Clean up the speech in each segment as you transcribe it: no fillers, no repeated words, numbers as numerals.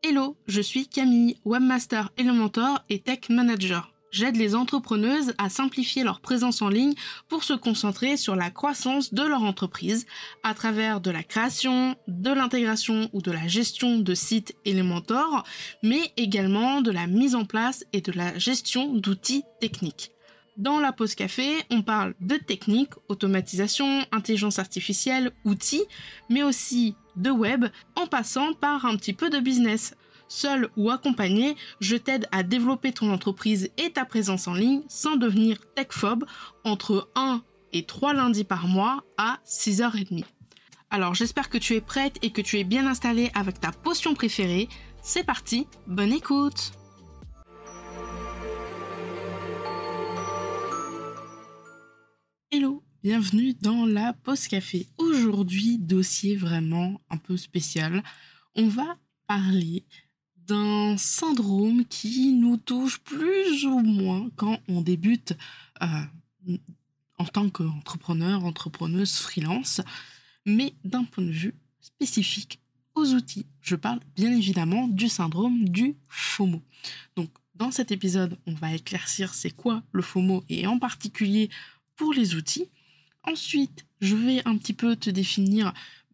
Hello, je suis Camille, webmaster Elementor et tech manager. J'aide les entrepreneuses à simplifier leur présence en ligne pour se concentrer sur la croissance de leur entreprise à travers de la création, de l'intégration ou de la gestion de sites Elementor, mais également de la mise en place et de la gestion d'outils techniques. Dans la pause café, on parle de technique, automatisation, intelligence artificielle, outils, mais aussi de web, en passant par un petit peu de business. Seul ou accompagné, je t'aide à développer ton entreprise et ta présence en ligne sans devenir techphobe entre 1 et 3 lundis par mois à 6h30. Alors j'espère que tu es prête et que tu es bien installée avec ta potion préférée. C'est parti, bonne écoute! Hello, bienvenue dans la pause café. Aujourd'hui, dossier vraiment un peu spécial. On va parler d'un syndrome qui nous touche plus ou moins quand on débute en tant qu'entrepreneur, entrepreneuse, freelance, mais d'un point de vue spécifique aux outils. Je parle bien évidemment du syndrome du FOMO. Donc, dans cet épisode, on va éclaircir c'est quoi le FOMO et en particulier pour les outils. Ensuite, je vais un petit peu te définir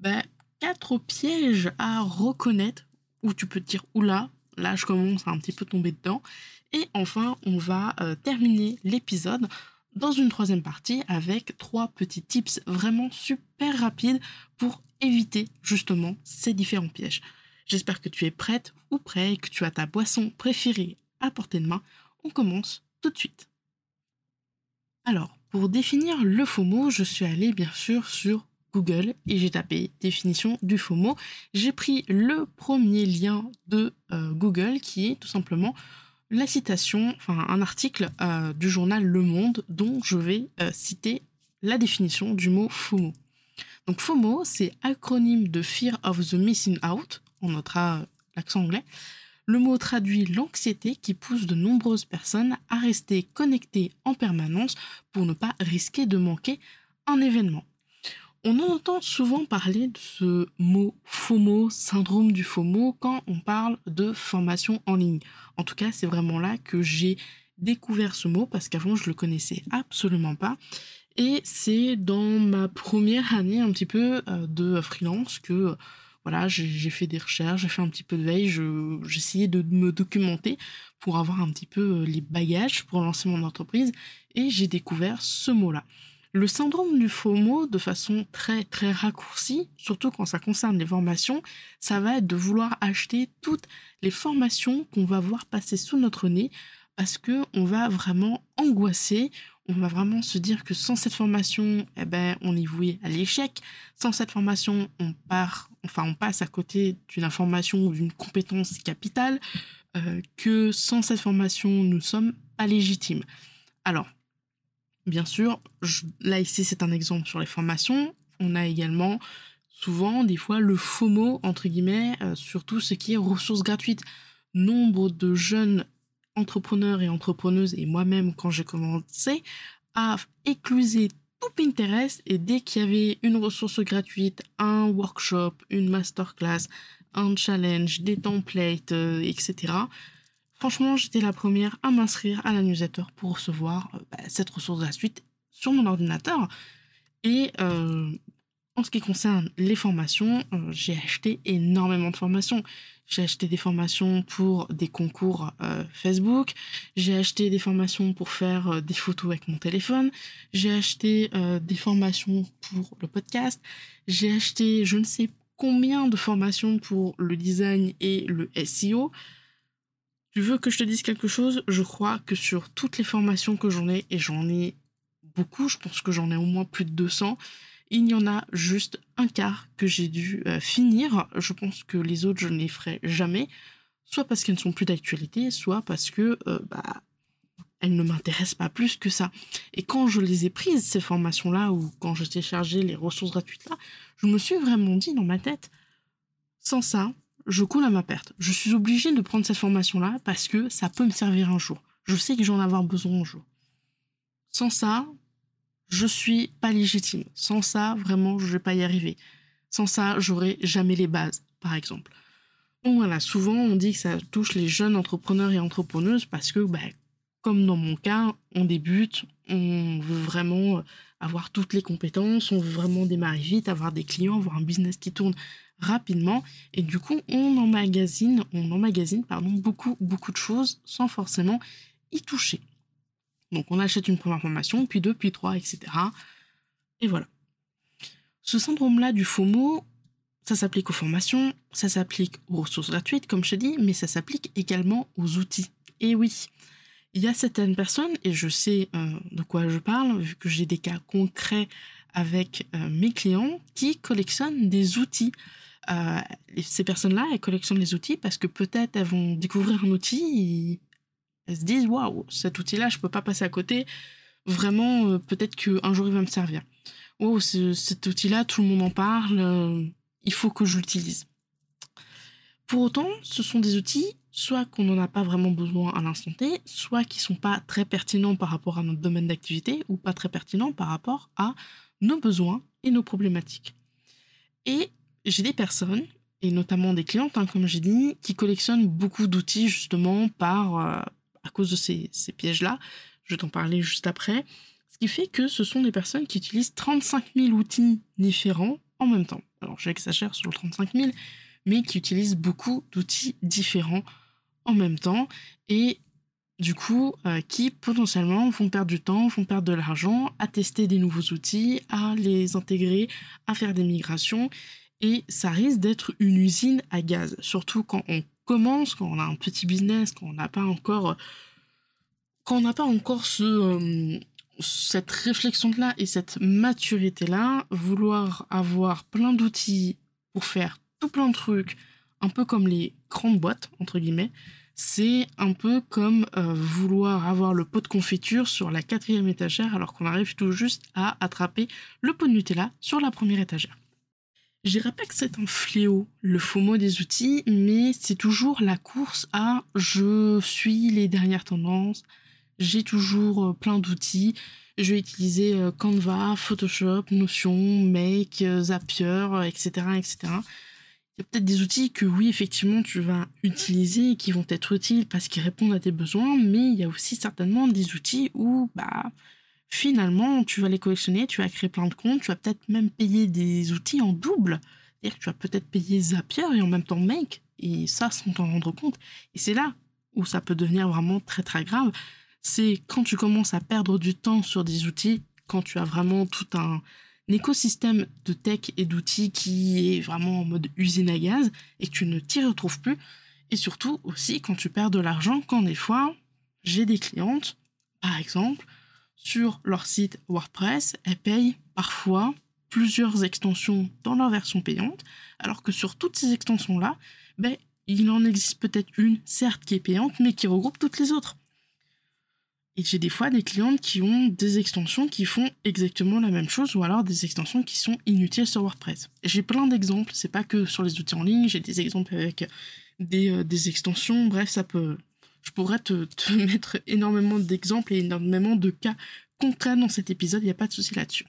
4 pièges à reconnaître où tu peux te dire oula, là je commence à un petit peu tomber dedans. Et enfin, on va terminer l'épisode dans une troisième partie avec 3 petits tips vraiment super rapides pour éviter justement ces différents pièges. J'espère que tu es prête ou prêt et que tu as ta boisson préférée à portée de main. On commence tout de suite. Alors, pour définir le FOMO, je suis allée bien sûr sur Google et j'ai tapé définition du FOMO. J'ai pris le premier lien de Google qui est tout simplement la citation, un article du journal Le Monde dont je vais citer la définition du mot FOMO. Donc FOMO, c'est acronyme de Fear of the Missing Out, on notera l'accent anglais. Le mot traduit l'anxiété qui pousse de nombreuses personnes à rester connectées en permanence pour ne pas risquer de manquer un événement. On entend souvent parler de ce mot FOMO, syndrome du FOMO, quand on parle de formation en ligne. En tout cas, c'est vraiment là que j'ai découvert ce mot parce qu'avant, je le connaissais absolument pas. Et c'est dans ma première année un petit peu de freelance que voilà, j'ai fait des recherches, j'ai fait un petit peu de veille, j'essayais de me documenter pour avoir un petit peu les bagages pour lancer mon entreprise et j'ai découvert ce mot-là. Le syndrome du FOMO, de façon très très raccourcie, surtout quand ça concerne les formations, ça va être de vouloir acheter toutes les formations qu'on va voir passer sous notre nez parce que on va vraiment angoisser, on va vraiment se dire que sans cette formation, on est voué à l'échec. Sans cette formation, on passe à côté d'une information ou d'une compétence capitale, que sans cette formation, nous ne sommes pas légitimes. Alors, bien sûr, là ici c'est un exemple sur les formations. On a également souvent des fois le FOMO entre guillemets sur tout ce qui est ressources gratuites. Nombre de jeunes entrepreneurs et entrepreneuses et moi-même quand j'ai commencé à écluser tout Pinterest et dès qu'il y avait une ressource gratuite, un workshop, une masterclass, un challenge, des templates, etc. Franchement, j'étais la première à m'inscrire à la newsletter pour recevoir cette ressource gratuite sur mon ordinateur. Et en ce qui concerne les formations, j'ai acheté énormément de formations. J'ai acheté des formations pour des concours Facebook. J'ai acheté des formations pour faire des photos avec mon téléphone. J'ai acheté des formations pour le podcast. J'ai acheté je ne sais combien de formations pour le design et le SEO. Tu veux que je te dise quelque chose? Je crois que sur toutes les formations que j'en ai, et j'en ai beaucoup, je pense que j'en ai au moins plus de 200, il y en a juste un quart que j'ai dû finir. Je pense que les autres, je ne les ferai jamais, soit parce qu'elles ne sont plus d'actualité, soit parce que elles ne m'intéressent pas plus que ça. Et quand je les ai prises, ces formations-là, ou quand j'ai téléchargé les ressources gratuites-là, je me suis vraiment dit dans ma tête, sans ça, je coule à ma perte. Je suis obligée de prendre cette formation-là parce que ça peut me servir un jour. Je sais que j'en ai avoir besoin un jour. Sans ça, je suis pas légitime. Sans ça, vraiment, je vais pas y arriver. Sans ça, j'aurai jamais les bases, par exemple. Donc voilà, souvent on dit que ça touche les jeunes entrepreneurs et entrepreneuses parce que, comme dans mon cas, on débute, on veut vraiment avoir toutes les compétences, on veut vraiment démarrer vite, avoir des clients, avoir un business qui tourne rapidement. Et du coup, on emmagasine beaucoup, beaucoup de choses sans forcément y toucher. Donc on achète une première formation, puis deux, puis trois, etc. Et voilà. Ce syndrome-là du FOMO, ça s'applique aux formations, ça s'applique aux ressources gratuites, comme je t'ai dit, mais ça s'applique également aux outils. Et oui, il y a certaines personnes, et je sais de quoi je parle, vu que j'ai des cas concrets avec mes clients, qui collectionnent des outils. Ces personnes-là, elles collectionnent les outils parce que peut-être elles vont découvrir un outil et elles se disent « Waouh, cet outil-là, je peux pas passer à côté. Vraiment, peut-être qu'un jour, il va me servir. Wow, cet outil-là, tout le monde en parle. Il faut que je l'utilise. » Pour autant, ce sont des outils, soit qu'on n'en a pas vraiment besoin à l'instant T, soit qui sont pas très pertinents par rapport à notre domaine d'activité, ou pas très pertinents par rapport à nos besoins et nos problématiques. Et j'ai des personnes, et notamment des clientes, comme j'ai dit, qui collectionnent beaucoup d'outils justement à cause de ces pièges-là. Je vais t'en parler juste après. Ce qui fait que ce sont des personnes qui utilisent 35 000 outils différents en même temps. Alors j'exagère sur le 35 000, mais qui utilisent beaucoup d'outils différents en même temps et du coup qui potentiellement vont perdre du temps, vont perdre de l'argent à tester des nouveaux outils, à les intégrer, à faire des migrations et ça risque d'être une usine à gaz, surtout quand on commence, quand on a un petit business, quand on n'a pas encore cette réflexion-là et cette maturité-là, vouloir avoir plein d'outils pour faire tout plein de trucs, un peu comme les grandes boîtes, entre guillemets, c'est un peu comme vouloir avoir le pot de confiture sur la 4e étagère alors qu'on arrive tout juste à attraper le pot de Nutella sur la 1re étagère. Je dirais pas que c'est un fléau, le FOMO des outils, mais c'est toujours la course à « je suis les dernières tendances », j'ai toujours plein d'outils. Je vais utiliser Canva, Photoshop, Notion, Make, Zapier, etc., etc. Il y a peut-être des outils que oui, effectivement, tu vas utiliser et qui vont être utiles parce qu'ils répondent à tes besoins, mais il y a aussi certainement des outils où, finalement, tu vas les collectionner, tu vas créer plein de comptes, tu vas peut-être même payer des outils en double. C'est-à-dire que tu vas peut-être payer Zapier et en même temps Make, et ça sans t'en rendre compte. Et c'est là où ça peut devenir vraiment très très grave. C'est quand tu commences à perdre du temps sur des outils, quand tu as vraiment tout un écosystème de tech et d'outils qui est vraiment en mode usine à gaz et que tu ne t'y retrouves plus. Et surtout aussi quand tu perds de l'argent, quand des fois, j'ai des clientes, par exemple, sur leur site WordPress, elles payent parfois plusieurs extensions dans leur version payante, alors que sur toutes ces extensions-là, il en existe peut-être une, certes, qui est payante, mais qui regroupe toutes les autres. Et j'ai des fois des clientes qui ont des extensions qui font exactement la même chose ou alors des extensions qui sont inutiles sur WordPress. Et j'ai plein d'exemples, c'est pas que sur les outils en ligne, j'ai des exemples avec des extensions, bref, je pourrais te mettre énormément d'exemples et énormément de cas concrets dans cet épisode, il n'y a pas de souci là-dessus.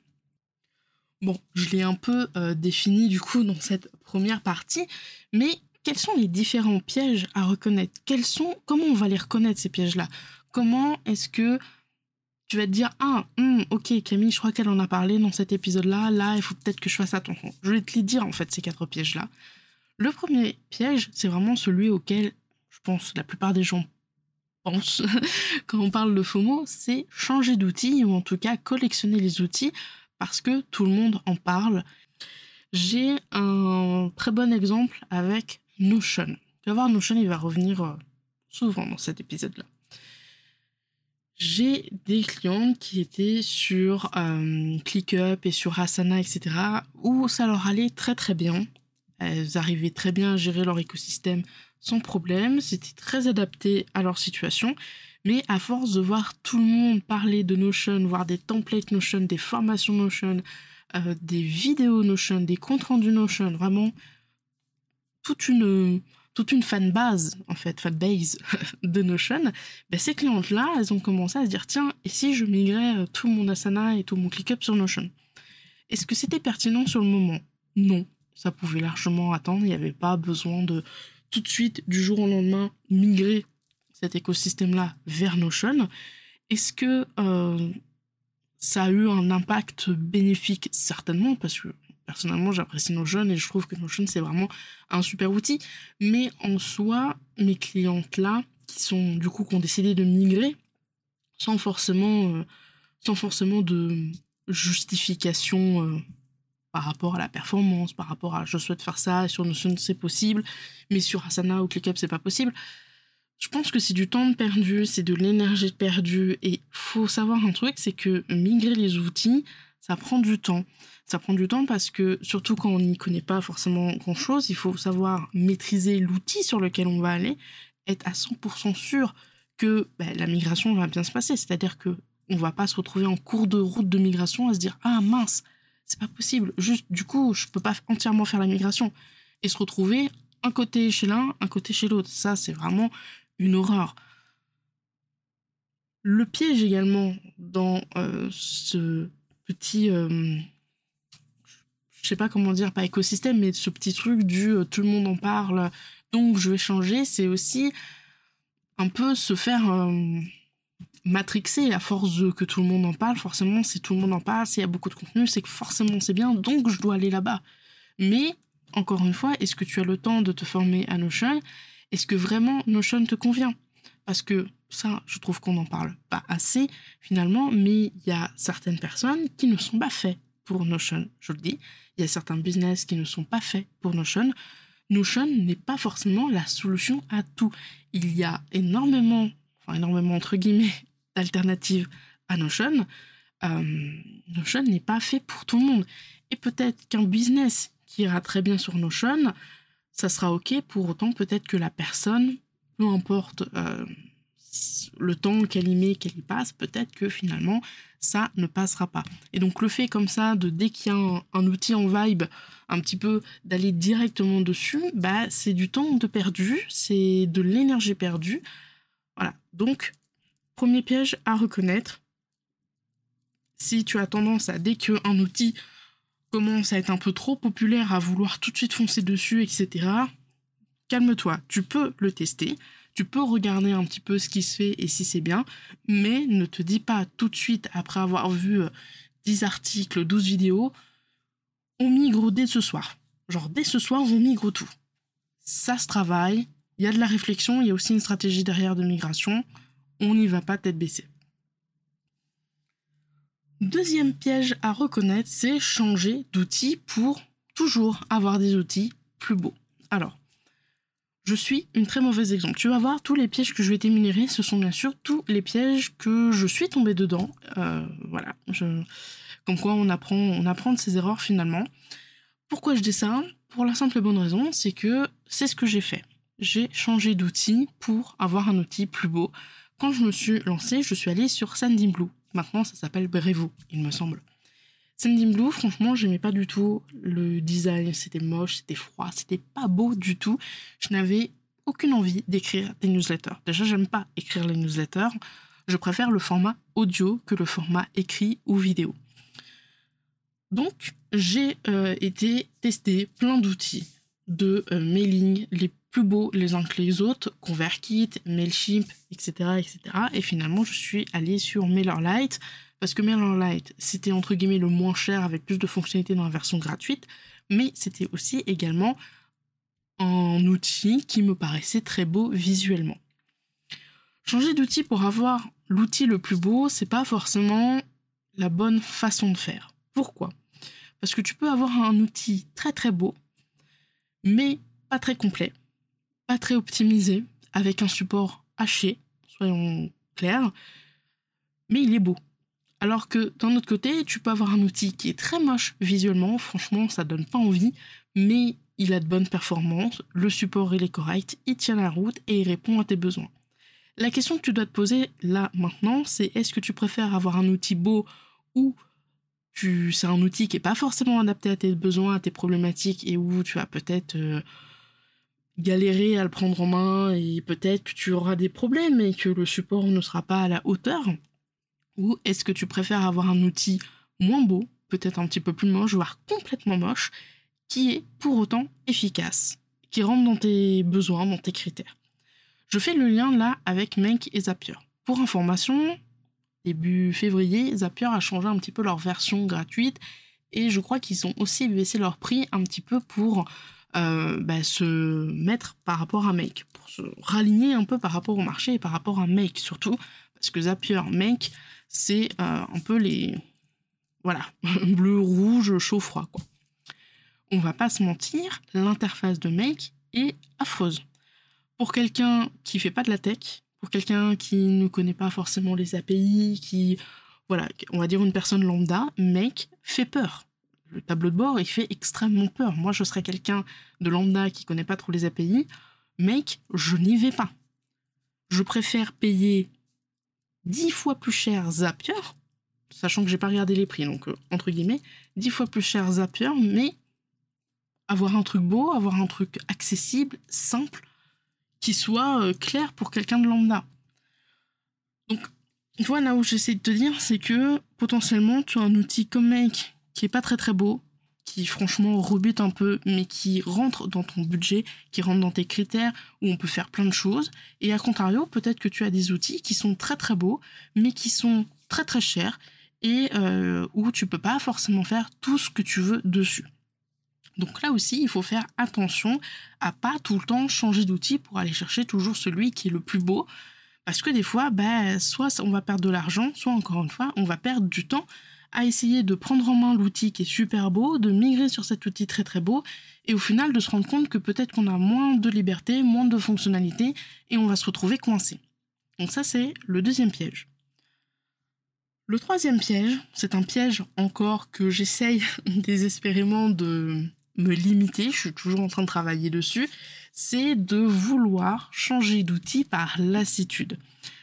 Bon, je l'ai un peu défini du coup dans cette première partie, mais quels sont les différents pièges à reconnaître ? Comment on va les reconnaître ces pièges-là ? Comment est-ce que tu vas te dire ok, Camille, je crois qu'elle en a parlé dans cet épisode-là, là, il faut peut-être que je fasse attention. Je vais te les dire, en fait, ces 4 pièges-là. Le premier piège, c'est vraiment celui auquel, je pense, la plupart des gens pensent quand on parle de FOMO, c'est changer d'outil, ou en tout cas collectionner les outils, parce que tout le monde en parle. J'ai un très bon exemple avec Notion. Tu vas voir, Notion, il va revenir souvent dans cet épisode-là. J'ai des clientes qui étaient sur ClickUp et sur Asana, etc., où ça leur allait très très bien. Elles arrivaient très bien à gérer leur écosystème sans problème. C'était très adapté à leur situation. Mais à force de voir tout le monde parler de Notion, voir des templates Notion, des formations Notion, des vidéos Notion, des comptes rendus Notion, vraiment toute une fanbase, en fait, fanbase de Notion, ces clientes-là, elles ont commencé à se dire, tiens, et si je migrais tout mon Asana et tout mon ClickUp sur Notion ? Est-ce que c'était pertinent sur le moment ? Non, ça pouvait largement attendre, il n'y avait pas besoin de tout de suite, du jour au lendemain, migrer cet écosystème-là vers Notion. Est-ce que ça a eu un impact bénéfique? Certainement, parce que personnellement, j'apprécie Notion et je trouve que Notion, c'est vraiment un super outil. Mais en soi, mes clientes-là, qui ont décidé de migrer, sans forcément de justification par rapport à la performance, par rapport à je souhaite faire ça, et sur Notion c'est possible, mais sur Asana ou ClickUp c'est pas possible. Je pense que c'est du temps perdu, c'est de l'énergie perdue, et faut savoir un truc, c'est que migrer les outils, ça prend du temps. Ça prend du temps parce que, surtout quand on n'y connaît pas forcément grand-chose, il faut savoir maîtriser l'outil sur lequel on va aller, être à 100% sûr que la migration va bien se passer. C'est-à-dire que on va pas se retrouver en cours de route de migration à se dire « Ah mince, c'est pas possible, juste du coup, je peux pas entièrement faire la migration. » Et se retrouver un côté chez l'un, un côté chez l'autre. Ça, c'est vraiment une horreur. Le piège également dans ce petit... je sais pas comment dire, pas écosystème, mais ce petit truc du tout le monde en parle, donc je vais changer, c'est aussi un peu se faire matrixer à force que tout le monde en parle. Forcément, si tout le monde en parle, s'il y a beaucoup de contenu, c'est que forcément c'est bien, donc je dois aller là-bas. Mais, encore une fois, est-ce que tu as le temps de te former à Notion? Est-ce que vraiment Notion te convient? Parce que ça, je trouve qu'on n'en parle pas assez, finalement, mais il y a certaines personnes qui ne sont pas faites pour Notion, je le dis. Il y a certains business qui ne sont pas faits pour Notion. Notion n'est pas forcément la solution à tout. Il y a énormément entre guillemets, d'alternatives à Notion. Notion n'est pas fait pour tout le monde. Et peut-être qu'un business qui ira très bien sur Notion, ça sera OK, pour autant peut-être que la personne, peu importe le temps qu'elle y met, qu'elle y passe, peut-être que finalement, ça ne passera pas. Et donc le fait comme ça, dès qu'il y a un outil en vibe, un petit peu d'aller directement dessus, c'est du temps de perdu, c'est de l'énergie perdue. Voilà, donc, premier piège à reconnaître. Si tu as tendance à, dès qu'un outil commence à être un peu trop populaire, à vouloir tout de suite foncer dessus, etc., calme-toi, tu peux le tester, tu peux regarder un petit peu ce qui se fait et si c'est bien, mais ne te dis pas tout de suite, après avoir vu 10 articles, 12 vidéos, on migre dès ce soir. Genre, dès ce soir, on migre tout. Ça se travaille, il y a de la réflexion, il y a aussi une stratégie derrière de migration. On n'y va pas tête baissée. Deuxième piège à reconnaître, c'est changer d'outil pour toujours avoir des outils plus beaux. Alors, je suis une très mauvaise exemple. Tu vas voir, tous les pièges que je vais t'énumérer, ce sont bien sûr tous les pièges que je suis tombée dedans. Voilà, comme quoi on apprend de ses erreurs finalement. Pourquoi je dis ça? Pour la simple et bonne raison, c'est que c'est ce que j'ai fait. J'ai changé d'outil pour avoir un outil plus beau. Quand je me suis lancée, je suis allée sur Sendinblue. Maintenant, ça s'appelle Brevo, il me semble. Sendinblue, franchement, j'aimais pas du tout le design. C'était moche, c'était froid, c'était pas beau du tout. Je n'avais aucune envie d'écrire des newsletters. Déjà, j'aime pas écrire les newsletters. Je préfère le format audio que le format écrit ou vidéo. Donc, j'ai été tester plein d'outils de mailing, les plus beaux les uns que les autres, ConvertKit, Mailchimp, etc., etc. Et finalement, je suis allée sur MailerLite, parce que MailerLite, c'était entre guillemets le moins cher, avec plus de fonctionnalités dans la version gratuite, mais c'était aussi également un outil qui me paraissait très beau visuellement. Changer d'outil pour avoir l'outil le plus beau, c'est pas forcément la bonne façon de faire. Pourquoi ? Parce que tu peux avoir un outil très très beau, mais pas très complet, pas très optimisé, avec un support haché, soyons clairs, mais il est beau. Alors que d'un autre côté, tu peux avoir un outil qui est très moche visuellement, franchement ça donne pas envie, mais il a de bonnes performances, le support il est correct, il tient la route et il répond à tes besoins. La question que tu dois te poser là maintenant, c'est est-ce que tu préfères avoir un outil beau ou c'est un outil qui n'est pas forcément adapté à tes besoins, à tes problématiques et où tu vas peut-être galérer à le prendre en main et peut-être que tu auras des problèmes et que le support ne sera pas à la hauteur? Ou est-ce que tu préfères avoir un outil moins beau, peut-être un petit peu plus moche, voire complètement moche, qui est pour autant efficace, qui rentre dans tes besoins, dans tes critères. Je fais le lien là avec Make et Zapier. Pour information, début février, Zapier a changé un petit peu leur version gratuite et je crois qu'ils ont aussi baissé leur prix un petit peu pour se mettre par rapport à Make, pour se raligner un peu par rapport au marché et par rapport à Make surtout, parce que Zapier, Make, c'est un peu les... Voilà, bleu, rouge, chaud, froid, quoi. On va pas se mentir, l'interface de Make est affreuse. Pour quelqu'un qui fait pas de la tech, pour quelqu'un qui ne connaît pas forcément les API, on va dire une personne lambda, Make fait peur. Le tableau de bord, il fait extrêmement peur. Moi, je serais quelqu'un de lambda qui connaît pas trop les API, Make, je n'y vais pas. Je préfère payer 10 fois plus cher Zapier, sachant que j'ai pas regardé les prix, donc entre guillemets, 10 fois plus cher Zapier, mais avoir un truc beau, avoir un truc accessible, simple, qui soit clair pour quelqu'un de lambda. Donc, tu vois, là où j'essaie de te dire, c'est que potentiellement, tu as un outil comme Make qui est pas très très beau, qui franchement rebute un peu, mais qui rentre dans ton budget, qui rentre dans tes critères, où on peut faire plein de choses. Et à contrario, peut-être que tu as des outils qui sont très très beaux, mais qui sont très très chers, et où tu peux pas forcément faire tout ce que tu veux dessus. Donc là aussi, il faut faire attention à pas tout le temps changer d'outil pour aller chercher toujours celui qui est le plus beau. Parce que des fois, soit on va perdre de l'argent, soit encore une fois, on va perdre du temps à essayer de prendre en main l'outil qui est super beau, de migrer sur cet outil très très beau, et au final de se rendre compte que peut-être qu'on a moins de liberté, moins de fonctionnalités, et on va se retrouver coincé. Donc ça, c'est le deuxième piège. Le troisième piège, c'est un piège encore que j'essaye désespérément de me limiter, je suis toujours en train de travailler dessus, c'est de vouloir changer d'outil par lassitude.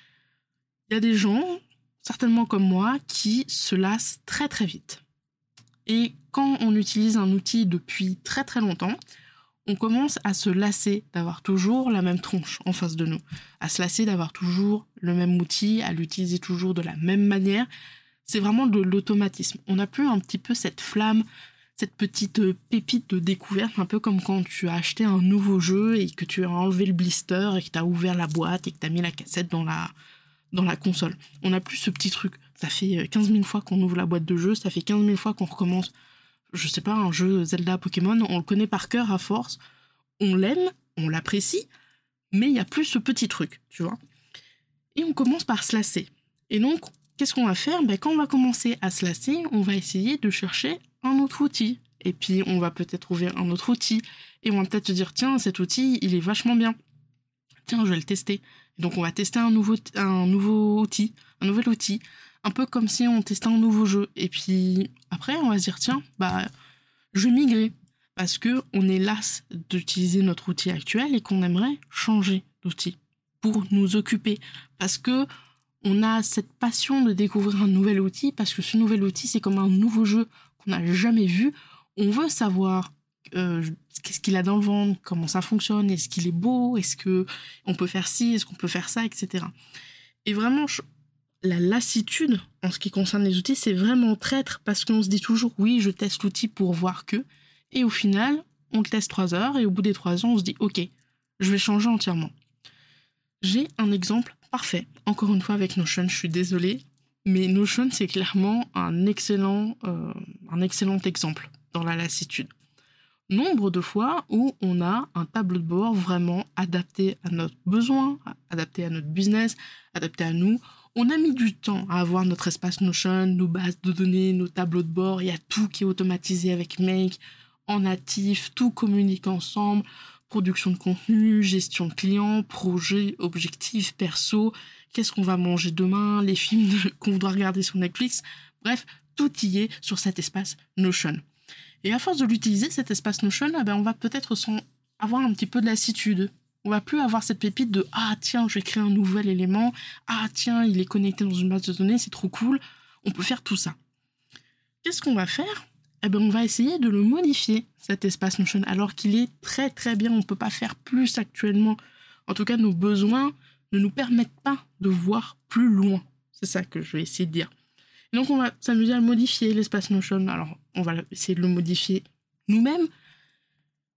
Il y a des gens, certainement comme moi, qui se lassent très très vite. Et quand on utilise un outil depuis très très longtemps, on commence à se lasser d'avoir toujours la même tronche en face de nous, à se lasser d'avoir toujours le même outil, à l'utiliser toujours de la même manière. C'est vraiment de l'automatisme. On n'a plus un petit peu cette flamme, cette petite pépite de découverte, un peu comme quand tu as acheté un nouveau jeu et que tu as enlevé le blister et que tu as ouvert la boîte et que tu as mis la cassette dans la console. On n'a plus ce petit truc. Ça fait 15 000 fois qu'on ouvre la boîte de jeu, ça fait 15 000 fois qu'on recommence, je sais pas, un jeu Zelda, Pokémon, on le connaît par cœur à force, on l'aime, on l'apprécie, mais il n'y a plus ce petit truc, tu vois. Et on commence par se lasser. Et donc, qu'est-ce qu'on va faire ? Quand on va commencer à se lasser, on va essayer de chercher un autre outil. Et puis, on va peut-être trouver un autre outil. Et on va peut-être se dire, tiens, cet outil, il est vachement bien. Tiens, je vais le tester. Et donc, on va tester un nouvel outil. Un peu comme si on testait un nouveau jeu. Et puis, après, on va se dire, tiens, je vais migrer. Parce qu'on est las d'utiliser notre outil actuel et qu'on aimerait changer d'outil pour nous occuper. Parce que on a cette passion de découvrir un nouvel outil, parce que ce nouvel outil, c'est comme un nouveau jeu qu'on n'a jamais vu. On veut savoir qu'est-ce qu'il a dans le ventre, comment ça fonctionne, est-ce qu'il est beau, est-ce qu'on peut faire ci, est-ce qu'on peut faire ça, etc. Et vraiment, la lassitude en ce qui concerne les outils, c'est vraiment traître, parce qu'on se dit toujours, oui, je teste l'outil pour voir que, et au final, on le teste 3 heures, et au bout des 3 heures, on se dit, ok, je vais changer entièrement. J'ai un exemple parfait, encore une fois avec Notion, je suis désolée, mais Notion c'est clairement un excellent exemple dans la lassitude. Nombre de fois où on a un tableau de bord vraiment adapté à notre besoin, adapté à notre business, adapté à nous. On a mis du temps à avoir notre espace Notion, nos bases de données, nos tableaux de bord, il y a tout qui est automatisé avec Make, en natif, tout communique ensemble, production de contenu, gestion de clients, projet, objectifs, perso, qu'est-ce qu'on va manger demain, les films qu'on doit regarder sur Netflix, bref, tout y est sur cet espace Notion. Et à force de l'utiliser, cet espace Notion, on va peut-être avoir un petit peu de lassitude. On va plus avoir cette pépite de « Ah tiens, je vais créer un nouvel élément. Ah tiens, il est connecté dans une base de données, c'est trop cool. » On peut faire tout ça. Qu'est-ce qu'on va faire ? On va essayer de le modifier, cet espace Notion, alors qu'il est très très bien. On ne peut pas faire plus actuellement. En tout cas, nos besoins ne nous permettent pas de voir plus loin. C'est ça que je vais essayer de dire. Et donc, on va s'amuser à modifier l'espace Notion. Alors, on va essayer de le modifier nous-mêmes.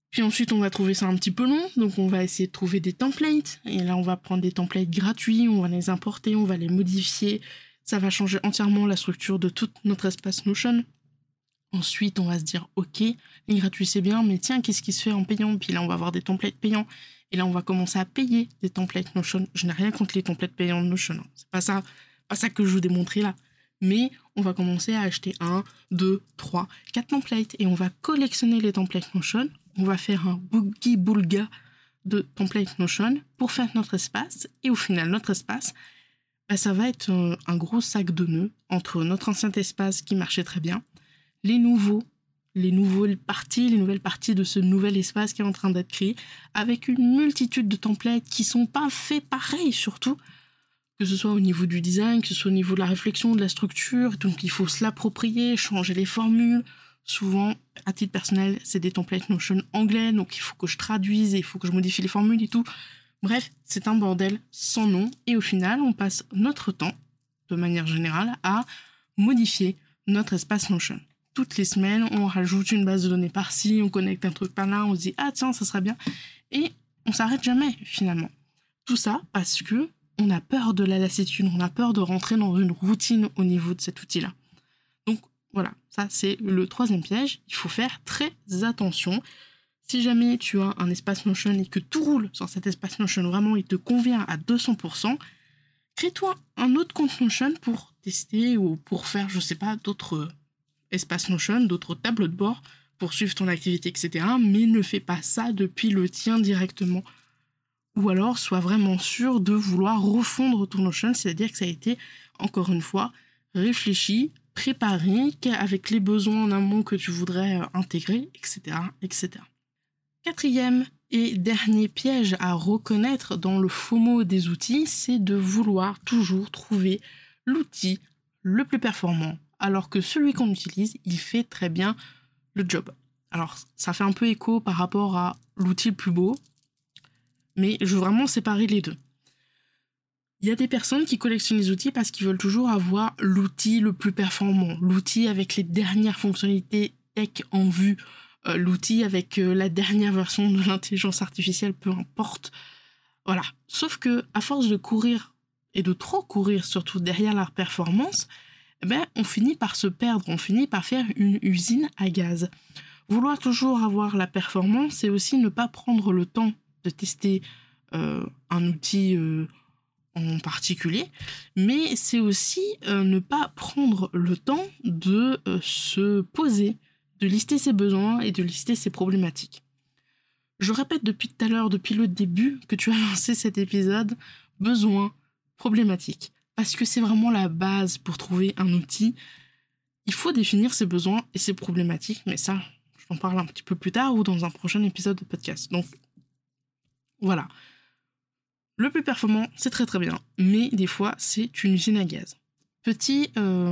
Puis ensuite, on va trouver ça un petit peu long, donc on va essayer de trouver des templates. Et là, on va prendre des templates gratuits, on va les importer, on va les modifier. Ça va changer entièrement la structure de tout notre espace Notion. Ensuite, on va se dire, ok, les gratuits c'est bien, mais tiens, qu'est-ce qui se fait en payant? Puis là, on va avoir des templates payants. Et là, on va commencer à payer des templates Notion. Je n'ai rien contre les templates payants de Notion. Hein. C'est pas ça que je vous démontrer là. Mais on va commencer à acheter 1, 2, 3, 4 templates. Et on va collectionner les templates Notion. On va faire un boogie-boulga de templates Notion pour faire notre espace. Et au final, notre espace, ça va être un gros sac de nœuds entre notre ancien espace qui marchait très bien, les nouvelles parties de ce nouvel espace qui est en train d'être créé, avec une multitude de templates qui sont pas faits pareil, surtout, que ce soit au niveau du design, que ce soit au niveau de la réflexion, de la structure, donc il faut se l'approprier, changer les formules. Souvent, à titre personnel, c'est des templates Notion anglais, donc il faut que je traduise et il faut que je modifie les formules et tout. Bref, c'est un bordel sans nom, et au final, on passe notre temps, de manière générale, à modifier notre espace Notion. Toutes les semaines, on rajoute une base de données par-ci, on connecte un truc par-là, on se dit « Ah tiens, ça serait bien », et on s'arrête jamais, finalement. Tout ça parce que on a peur de la lassitude, on a peur de rentrer dans une routine au niveau de cet outil-là. Donc voilà, ça c'est le 3e piège, il faut faire très attention. Si jamais tu as un espace Notion et que tout roule sur cet espace Notion, vraiment il te convient à 200%, crée-toi un autre compte Notion pour tester ou pour faire, je sais pas, d'autres espaces Notion, d'autres tableaux de bord pour suivre ton activité, etc. Mais ne fais pas ça depuis le tien directement. Ou alors, sois vraiment sûr de vouloir refondre ton Notion, c'est-à-dire que ça a été, encore une fois, réfléchi, préparé, avec les besoins en amont que tu voudrais intégrer, etc., etc. 4e et dernier piège à reconnaître dans le FOMO des outils, c'est de vouloir toujours trouver l'outil le plus performant, alors que celui qu'on utilise, il fait très bien le job. Alors, ça fait un peu écho par rapport à l'outil le plus beau, mais je veux vraiment séparer les deux. Il y a des personnes qui collectionnent les outils parce qu'ils veulent toujours avoir l'outil le plus performant, l'outil avec les dernières fonctionnalités tech en vue, l'outil avec la dernière version de l'intelligence artificielle, peu importe. Voilà. Sauf que, à force de courir, et de trop courir surtout derrière la performance, on finit par se perdre, on finit par faire une usine à gaz. Vouloir toujours avoir la performance, c'est aussi ne pas prendre le temps de tester un outil en particulier, mais c'est aussi ne pas prendre le temps de se poser, de lister ses besoins et de lister ses problématiques. Je répète depuis tout à l'heure, depuis le début que tu as lancé cet épisode, besoin, problématique, parce que c'est vraiment la base pour trouver un outil. Il faut définir ses besoins et ses problématiques, mais ça, je t'en parle un petit peu plus tard ou dans un prochain épisode de podcast. Donc, voilà. Le plus performant, c'est très très bien, mais des fois, c'est une usine à gaz. Petit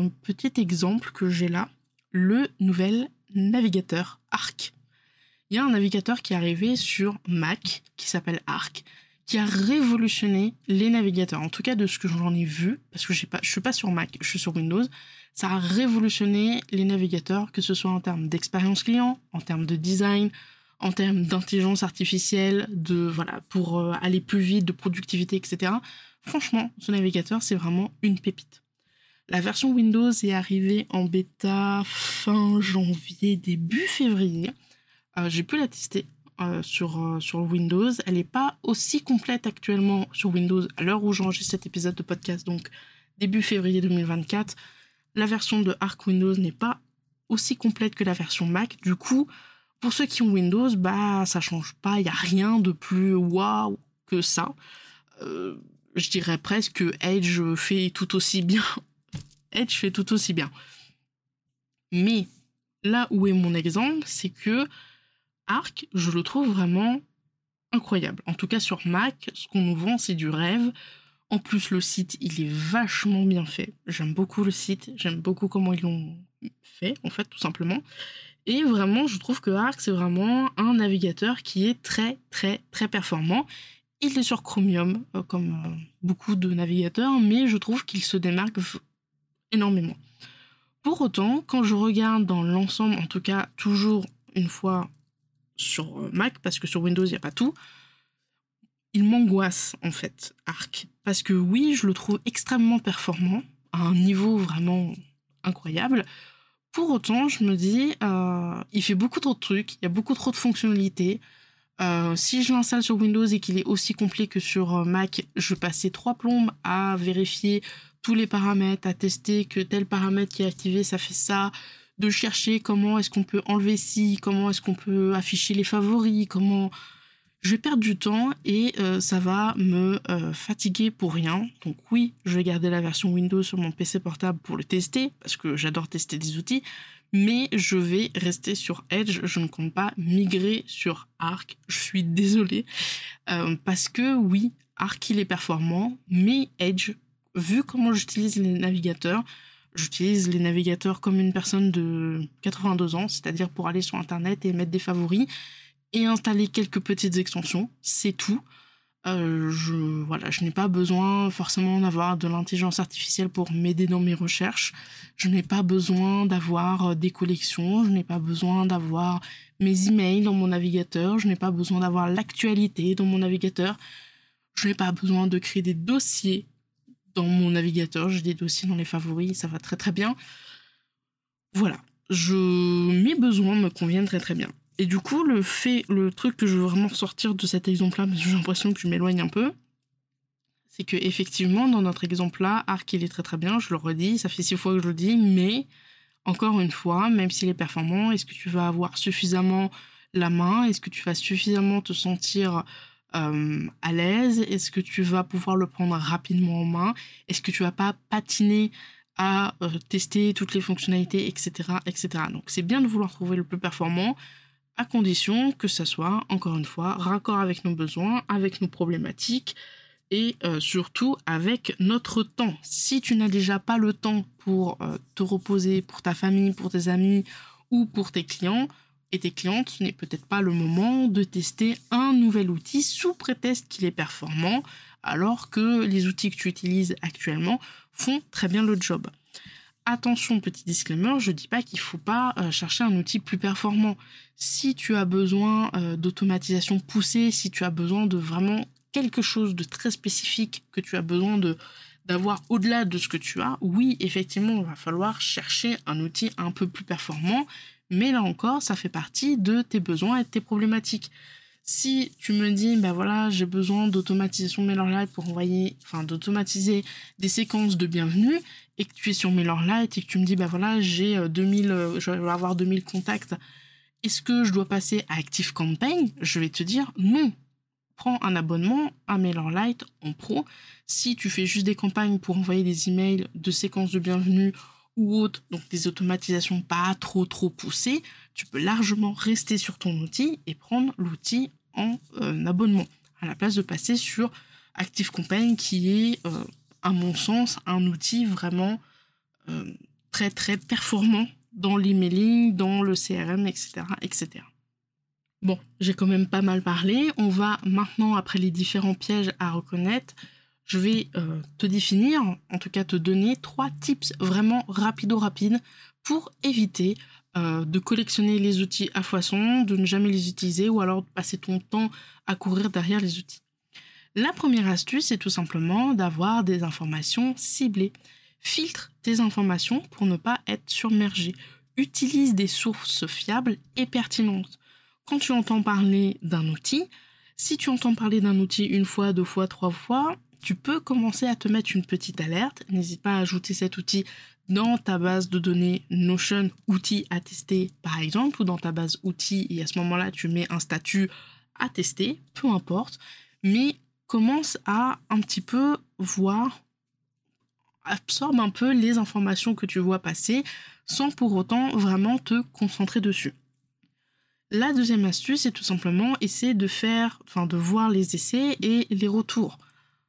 exemple que j'ai là, le nouvel navigateur Arc. Il y a un navigateur qui est arrivé sur Mac, qui s'appelle Arc, qui a révolutionné les navigateurs. En tout cas, de ce que j'en ai vu, parce que je suis pas sur Mac, je suis sur Windows, ça a révolutionné les navigateurs, que ce soit en termes d'expérience client, en termes de design, en termes d'intelligence artificielle, pour aller plus vite, de productivité, etc. Franchement, ce navigateur, c'est vraiment une pépite. La version Windows est arrivée en bêta fin janvier, début février. J'ai pu la tester sur Windows. Elle n'est pas aussi complète actuellement sur Windows à l'heure où j'enregistre cet épisode de podcast, donc début février 2024. La version de Arc Windows n'est pas aussi complète que la version Mac. Du coup, pour ceux qui ont Windows, ça change pas. Il n'y a rien de plus waouh que ça. Je dirais presque que Edge fait tout aussi bien. Mais là où est mon exemple, c'est que Arc, je le trouve vraiment incroyable. En tout cas, sur Mac, ce qu'on nous vend, c'est du rêve. En plus, le site, il est vachement bien fait. J'aime beaucoup le site. J'aime beaucoup comment ils l'ont fait, en fait, tout simplement. Et vraiment, je trouve que Arc, c'est vraiment un navigateur qui est très, très, très performant. Il est sur Chromium, comme beaucoup de navigateurs, mais je trouve qu'il se démarque énormément. Pour autant, quand je regarde dans l'ensemble, en tout cas, toujours une fois sur Mac, parce que sur Windows, il n'y a pas tout. Il m'angoisse, en fait, Arc. Parce que oui, je le trouve extrêmement performant, à un niveau vraiment incroyable. Pour autant, je me dis, il fait beaucoup trop de trucs, il y a beaucoup trop de fonctionnalités. Si je l'installe sur Windows et qu'il est aussi complet que sur Mac, je passais 3 plombes à vérifier tous les paramètres, à tester que tel paramètre qui est activé, ça fait ça, de chercher comment est-ce qu'on peut enlever ci, comment est-ce qu'on peut afficher les favoris, comment... Je vais perdre du temps et ça va me fatiguer pour rien. Donc oui, je vais garder la version Windows sur mon PC portable pour le tester, parce que j'adore tester des outils, mais je vais rester sur Edge, je ne compte pas migrer sur Arc. Je suis désolée, parce que oui, Arc il est performant, mais Edge, vu comment j'utilise les navigateurs comme une personne de 82 ans, c'est-à-dire pour aller sur Internet et mettre des favoris, et installer quelques petites extensions, c'est tout. Je n'ai pas besoin forcément d'avoir de l'intelligence artificielle pour m'aider dans mes recherches. Je n'ai pas besoin d'avoir des collections. Je n'ai pas besoin d'avoir mes emails dans mon navigateur. Je n'ai pas besoin d'avoir l'actualité dans mon navigateur. Je n'ai pas besoin de créer des dossiers dans mon navigateur. J'ai des dossiers dans les favoris, ça va très très bien. Voilà, mes besoins me conviennent très très bien. Et du coup, le truc que je veux vraiment ressortir de cet exemple-là, parce que j'ai l'impression que je m'éloigne un peu, c'est que effectivement, dans notre exemple-là, Arc, il est très très bien, je le redis, ça fait 6 fois que je le dis, mais encore une fois, même s'il est performant, est-ce que tu vas avoir suffisamment la main? Est-ce que tu vas suffisamment te sentir à l'aise? Est-ce que tu vas pouvoir le prendre rapidement en main? Est-ce que tu vas pas patiner à tester toutes les fonctionnalités, etc., etc. Donc c'est bien de vouloir trouver le plus performant, à condition que ça soit, encore une fois, raccord avec nos besoins, avec nos problématiques, et surtout avec notre temps. Si tu n'as déjà pas le temps pour te reposer, pour ta famille, pour tes amis ou pour tes clients et tes clientes, ce n'est peut-être pas le moment de tester un nouvel outil sous prétexte qu'il est performant, alors que les outils que tu utilises actuellement font très bien le job. Attention, petit disclaimer, je dis pas qu'il faut pas chercher un outil plus performant. Si tu as besoin d'automatisation poussée, si tu as besoin de vraiment quelque chose de très spécifique que tu as besoin d'avoir au-delà de ce que tu as, oui, effectivement, il va falloir chercher un outil un peu plus performant, mais là encore, ça fait partie de tes besoins et de tes problématiques. Si tu me dis, ben voilà, j'ai besoin d'automatisation MailerLite pour d'automatiser des séquences de bienvenue, et que tu es sur MailerLite et que tu me dis, ben voilà, je vais avoir 2000 contacts, est-ce que je dois passer à ActiveCampaign? Je vais te dire non. Prends un abonnement à MailerLite en pro. Si tu fais juste des campagnes pour envoyer des emails de séquences de bienvenue ou autres, donc des automatisations pas trop poussées, tu peux largement rester sur ton outil et prendre l'outil en abonnement, à la place de passer sur ActiveCampaign qui est, à mon sens, un outil vraiment très très performant dans l'emailing, dans le CRM, etc., etc. Bon, j'ai quand même pas mal parlé. On va maintenant, après les différents pièges à reconnaître, je vais te définir, en tout cas te donner 3 tips vraiment rapides pour éviter de collectionner les outils à foison, de ne jamais les utiliser ou alors de passer ton temps à courir derrière les outils. La première astuce, c'est tout simplement d'avoir des informations ciblées. Filtre tes informations pour ne pas être submergé. Utilise des sources fiables et pertinentes. Quand tu entends parler d'un outil, si tu entends parler d'un outil 1 fois, 2 fois, 3 fois, tu peux commencer à te mettre une petite alerte. N'hésite pas à ajouter cet outil dans ta base de données Notion outils à tester par exemple, ou dans ta base outils, et à ce moment-là tu mets un statut à tester, peu importe, mais commence à un petit peu voir, absorbe un peu les informations que tu vois passer sans pour autant vraiment te concentrer dessus. La deuxième astuce, c'est tout simplement essayer de voir les essais et les retours.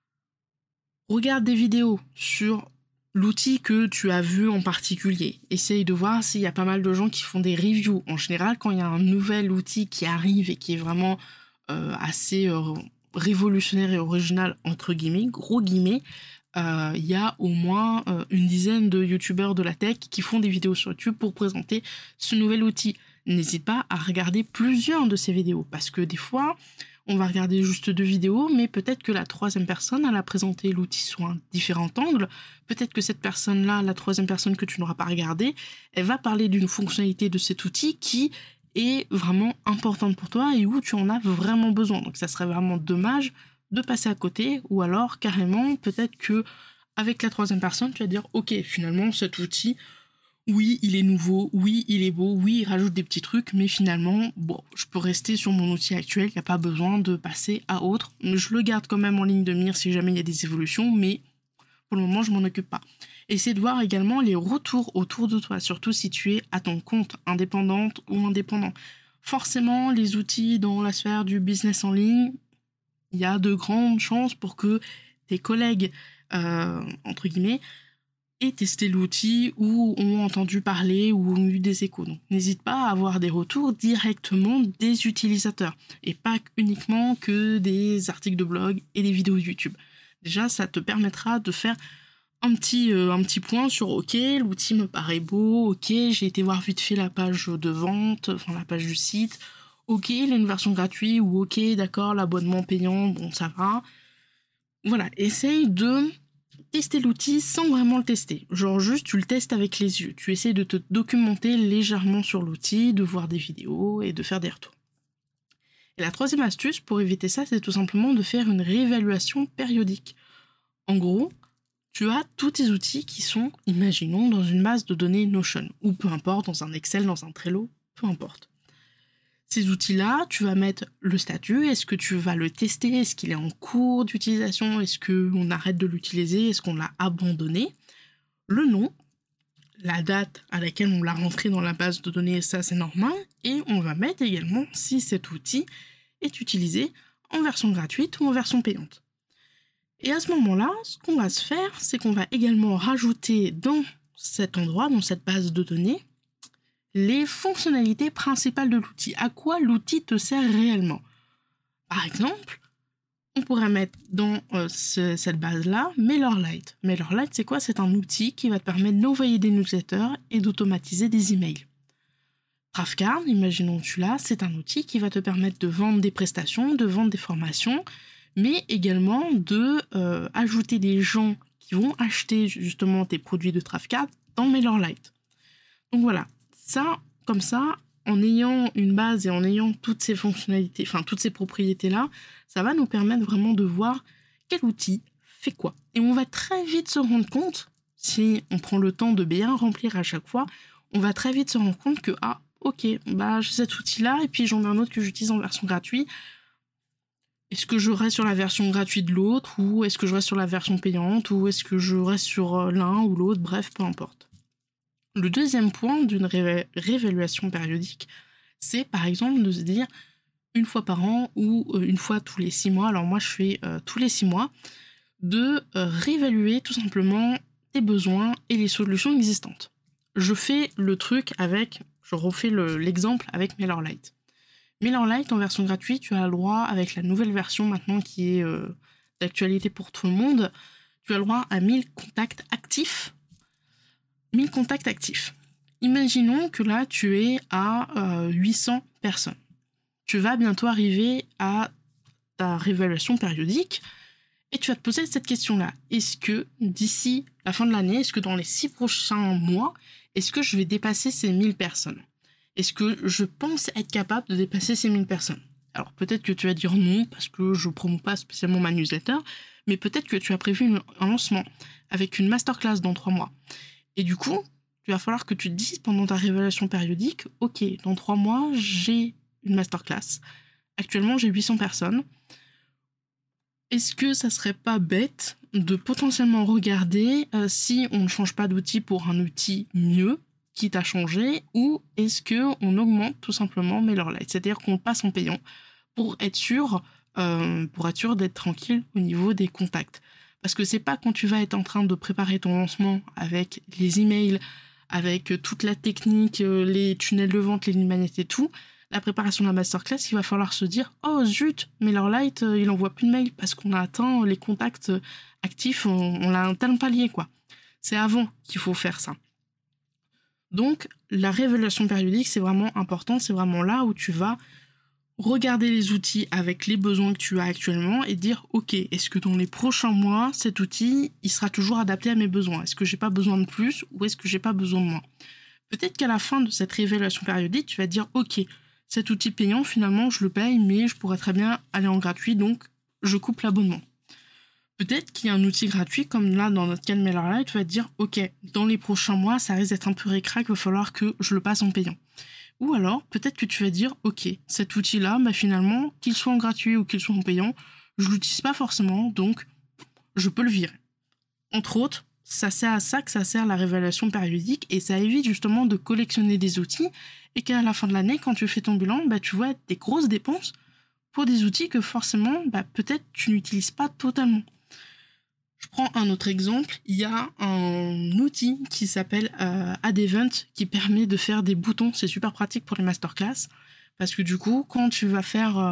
Regarde des vidéos sur l'outil que tu as vu en particulier. Essaye de voir s'il y a pas mal de gens qui font des reviews. En général, quand il y a un nouvel outil qui arrive et qui est vraiment assez révolutionnaire et original, entre guillemets, gros guillemets, il y a au moins une dizaine de youtubeurs de la tech qui font des vidéos sur YouTube pour présenter ce nouvel outil. n'hésite pas à regarder plusieurs de ces vidéos, parce que des fois, on va regarder juste 2 vidéos, mais peut-être que la troisième personne, elle a présenté l'outil sous un différent angle. Peut-être que cette personne-là, la troisième personne que tu n'auras pas regardée, elle va parler d'une fonctionnalité de cet outil qui est vraiment importante pour toi et où tu en as vraiment besoin. Donc ça serait vraiment dommage de passer à côté, ou alors carrément, peut-être que avec la troisième personne, tu vas dire « Ok, finalement, cet outil... oui, il est nouveau, oui, il est beau, oui, il rajoute des petits trucs, mais finalement, bon, je peux rester sur mon outil actuel, il n'y a pas besoin de passer à autre. Je le garde quand même en ligne de mire si jamais il y a des évolutions, mais pour le moment, je m'en occupe pas. » Essaie de voir également les retours autour de toi, surtout si tu es à ton compte, indépendante ou indépendant. Forcément, les outils dans la sphère du business en ligne, il y a de grandes chances pour que tes collègues, entre guillemets, et tester l'outil ou ont entendu parler ou ont eu des échos. Donc, n'hésite pas à avoir des retours directement des utilisateurs et pas uniquement que des articles de blog et des vidéos YouTube. Déjà, ça te permettra de faire un petit point sur « Ok, l'outil me paraît beau, ok, j'ai été voir vite fait la page de vente, enfin la page du site, ok, il y a une version gratuite ou ok, d'accord, l'abonnement payant, bon, ça va. » Voilà, essaye de tester l'outil sans vraiment le tester. Genre juste, tu le testes avec les yeux. Tu essaies de te documenter légèrement sur l'outil, de voir des vidéos et de faire des retours. Et la troisième astuce pour éviter ça, c'est tout simplement de faire une réévaluation périodique. En gros, tu as tous tes outils qui sont, imaginons, dans une base de données Notion, ou peu importe, dans un Excel, dans un Trello, peu importe. Ces outils-là, tu vas mettre le statut, est-ce que tu vas le tester, est-ce qu'il est en cours d'utilisation, est-ce qu'on arrête de l'utiliser, est-ce qu'on l'a abandonné, le nom, la date à laquelle on l'a rentré dans la base de données, ça c'est normal, et on va mettre également si cet outil est utilisé en version gratuite ou en version payante. Et à ce moment-là, ce qu'on va se faire, c'est qu'on va également rajouter dans cet endroit, dans cette base de données, les fonctionnalités principales de l'outil. À quoi l'outil te sert réellement? Par exemple, on pourrait mettre dans cette base-là MailerLite. MailerLite, c'est quoi? C'est un outil qui va te permettre d'envoyer des newsletters et d'automatiser des emails. Trafcard, imaginons que tu l'as, c'est un outil qui va te permettre de vendre des prestations, de vendre des formations, mais également de ajouter des gens qui vont acheter justement tes produits de Trafcard dans MailerLite. Donc voilà, ça, comme ça, en ayant une base et en ayant toutes ces fonctionnalités, enfin toutes ces propriétés-là, ça va nous permettre vraiment de voir quel outil fait quoi. Et on va très vite se rendre compte, si on prend le temps de bien remplir à chaque fois, on va très vite se rendre compte que, ah, ok, bah j'ai cet outil-là, et puis j'en ai un autre que j'utilise en version gratuite. Est-ce que je reste sur la version gratuite de l'autre, ou est-ce que je reste sur la version payante, ou est-ce que je reste sur l'un ou l'autre, bref, peu importe. Le deuxième point d'une réévaluation périodique, c'est par exemple de se dire une fois par an ou une fois tous les 6 mois, alors moi je fais tous les 6 mois, de réévaluer tout simplement tes besoins et les solutions existantes. Je fais le truc je refais l'exemple avec MailerLite. MailerLite en version gratuite, tu as le droit, avec la nouvelle version maintenant qui est d'actualité pour tout le monde, tu as le droit à 1000 contacts actifs. 1000 contacts actifs. Imaginons que là, tu es à 800 personnes. Tu vas bientôt arriver à ta réévaluation périodique et tu vas te poser cette question-là. Est-ce que d'ici la fin de l'année, est-ce que dans les 6 prochains mois, est-ce que je vais dépasser ces 1000 personnes? Est-ce que je pense être capable de dépasser ces 1000 personnes? Alors peut-être que tu vas dire non parce que je ne promous pas spécialement ma newsletter, mais peut-être que tu as prévu un lancement avec une masterclass dans 3 mois. Et du coup, il va falloir que tu te dises pendant ta réévaluation périodique, ok, dans 3 mois, j'ai une masterclass. Actuellement, j'ai 800 personnes. Est-ce que ça serait pas bête de potentiellement regarder si on ne change pas d'outil pour un outil mieux, quitte à changer, ou est-ce qu'on augmente tout simplement MailerLite, c'est-à-dire qu'on passe en payant pour être sûr d'être tranquille au niveau des contacts. Parce que c'est pas quand tu vas être en train de préparer ton lancement avec les emails, avec toute la technique, les tunnels de vente, les lignes magnétiques et tout, la préparation de la masterclass, il va falloir se dire « Oh zut, MailerLite, il envoie plus de mails parce qu'on a atteint les contacts actifs, on l'a un tel palier, quoi. » C'est avant qu'il faut faire ça. Donc, la réévaluation périodique, c'est vraiment important. C'est vraiment là où tu vas regarder les outils avec les besoins que tu as actuellement et dire « Ok, est-ce que dans les prochains mois, cet outil, il sera toujours adapté à mes besoins? Est-ce que j'ai pas besoin de plus ou est-ce que j'ai pas besoin de moins ?» Peut-être qu'à la fin de cette réévaluation périodique, tu vas te dire « Ok, cet outil payant, finalement, je le paye, mais je pourrais très bien aller en gratuit, donc je coupe l'abonnement. » Peut-être qu'il y a un outil gratuit, comme là, dans notre cas de MailerLite, tu vas te dire « Ok, dans les prochains mois, ça risque d'être un peu ric-rac, il va falloir que je le passe en payant. » Ou alors, peut-être que tu vas dire « Ok, cet outil-là, finalement, qu'il soit en gratuit ou qu'il soit en payant, je l'utilise pas forcément, donc je peux le virer. » Entre autres, ça sert à ça que ça sert la réévaluation périodique et ça évite justement de collectionner des outils et qu'à la fin de l'année, quand tu fais ton bilan, tu vois des grosses dépenses pour des outils que forcément, peut-être tu n'utilises pas totalement. Je prends un autre exemple, il y a un outil qui s'appelle Adevent qui permet de faire des boutons, c'est super pratique pour les masterclass, parce que du coup, quand tu vas faire,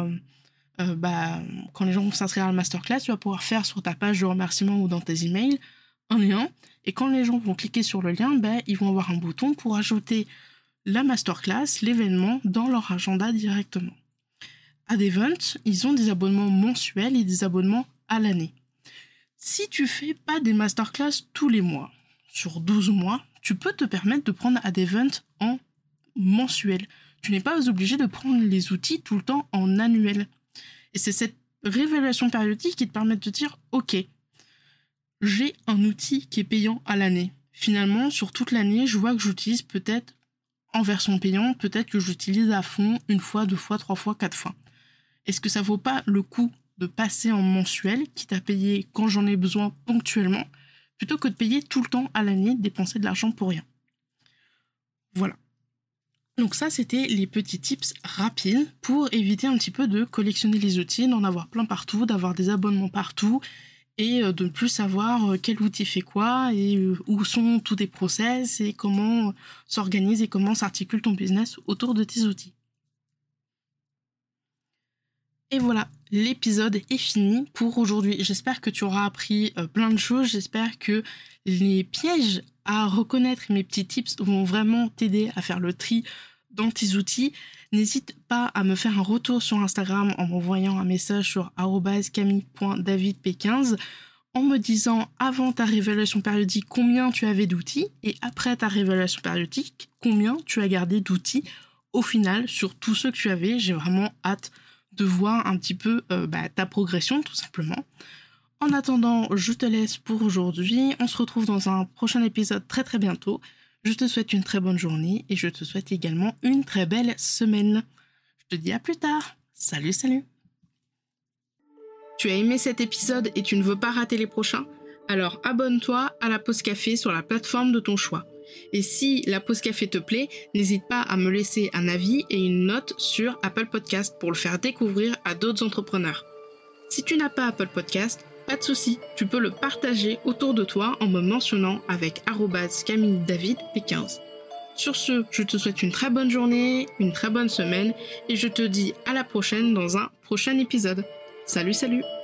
quand les gens vont s'inscrire à la masterclass, tu vas pouvoir faire sur ta page de remerciement ou dans tes emails un lien, et quand les gens vont cliquer sur le lien, ils vont avoir un bouton pour ajouter la masterclass, l'événement, dans leur agenda directement. Adevent, ils ont des abonnements mensuels et des abonnements à l'année. Si tu fais pas des masterclass tous les mois, sur 12 mois, tu peux te permettre de prendre Adevent en mensuel. Tu n'es pas obligé de prendre les outils tout le temps en annuel. Et c'est cette réévaluation périodique qui te permet de te dire « Ok, j'ai un outil qui est payant à l'année. Finalement, sur toute l'année, je vois que j'utilise peut-être en version payante, peut-être que j'utilise à fond 1 fois, 2 fois, 3 fois, 4 fois. Est-ce que ça vaut pas le coup de passer en mensuel, quitte à payer quand j'en ai besoin ponctuellement, plutôt que de payer tout le temps à l'année, dépenser de l'argent pour rien. » Voilà. Donc ça, c'était les petits tips rapides pour éviter un petit peu de collectionner les outils, d'en avoir plein partout, d'avoir des abonnements partout, et de ne plus savoir quel outil fait quoi, et où sont tous tes process, et comment s'organise et comment s'articule ton business autour de tes outils. Et voilà, l'épisode est fini pour aujourd'hui. J'espère que tu auras appris plein de choses. J'espère que les pièges à reconnaître, mes petits tips, vont vraiment t'aider à faire le tri dans tes outils. N'hésite pas à me faire un retour sur Instagram en m'envoyant un message sur @camille.davidp15 en me disant avant ta réévaluation périodique combien tu avais d'outils et après ta réévaluation périodique combien tu as gardé d'outils au final sur tous ceux que tu avais. J'ai vraiment hâte de voir un petit peu ta progression tout simplement. En attendant, je te laisse pour aujourd'hui. On se retrouve dans un prochain épisode très très bientôt. Je te souhaite une très bonne journée et je te souhaite également une très belle semaine. Je te dis à plus tard. Salut, salut. Tu as aimé cet épisode et tu ne veux pas rater les prochains? Alors abonne-toi à la pause café sur la plateforme de ton choix. Et si la pause café te plaît, n'hésite pas à me laisser un avis et une note sur Apple Podcast pour le faire découvrir à d'autres entrepreneurs. Si tu n'as pas Apple Podcast, pas de souci, tu peux le partager autour de toi en me mentionnant avec @CamilleDavidP15. Sur ce, je te souhaite une très bonne journée, une très bonne semaine et je te dis à la prochaine dans un prochain épisode. Salut, salut!